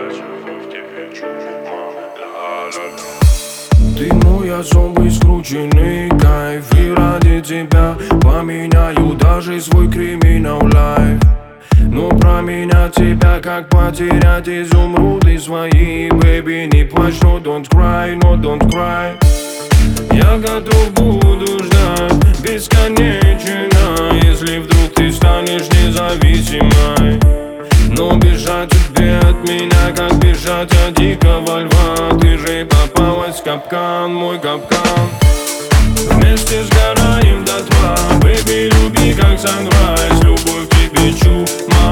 Ты мой особый скрученный кайф, и ради тебя поменяю даже свой криминал лайф. Но променять тебя, как потерять изумруды свои. Baby, не плачь, no don't cry, no don't cry. Я готов буду ждать бесконечно, если вдруг ты станешь независимой. Но бежать тебе от меня, как бежать от дикого льва. Ты же попалась в капкан, мой капкан. Вместе сгораем дотла, baby, люби как sunrise. Любовь к тебе чума,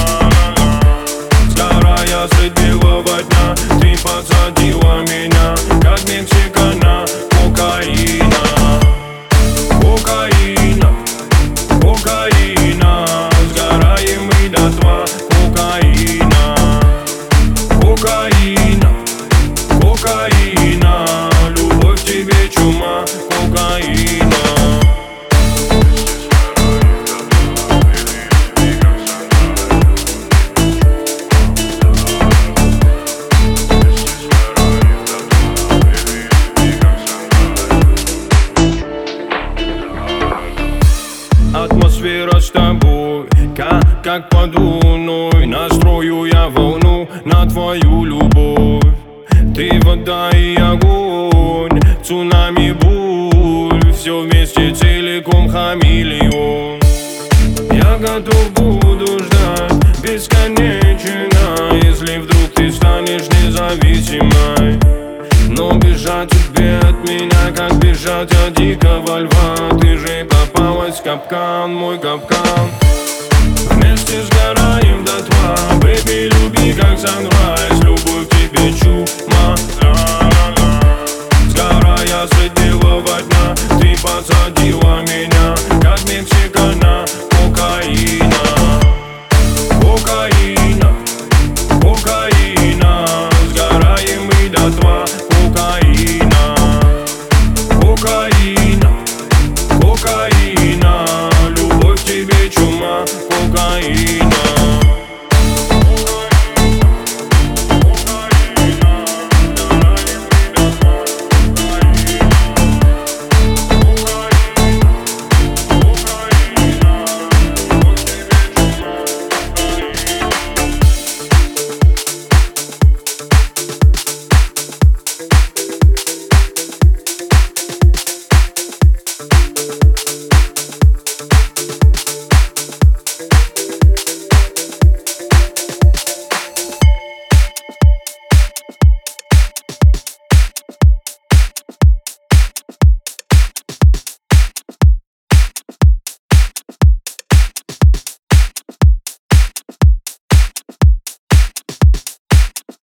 сгорая средь белого дня. Ты подсадила меня, как Мексикана, кокаина. Кокаина, кокаина, сгораем мы дотла. Кокаина, кокаина, кокаина, любовь к тебе чума, кокаина. Атмосфера с тобой, как под луной. Настрою я волну на твою любовь. Ты вода и огонь, цунами бурь. Все вместе целиком хамелеон. Я готов буду ждать бесконечно, если вдруг ты станешь независимой. Но бежать тебе от меня, как бежать от дикого льва. Ты же попалась в капкан, мой капкан. Вместе сгораем дотла, baby, люби как sunrise. Любовь к тебе чума.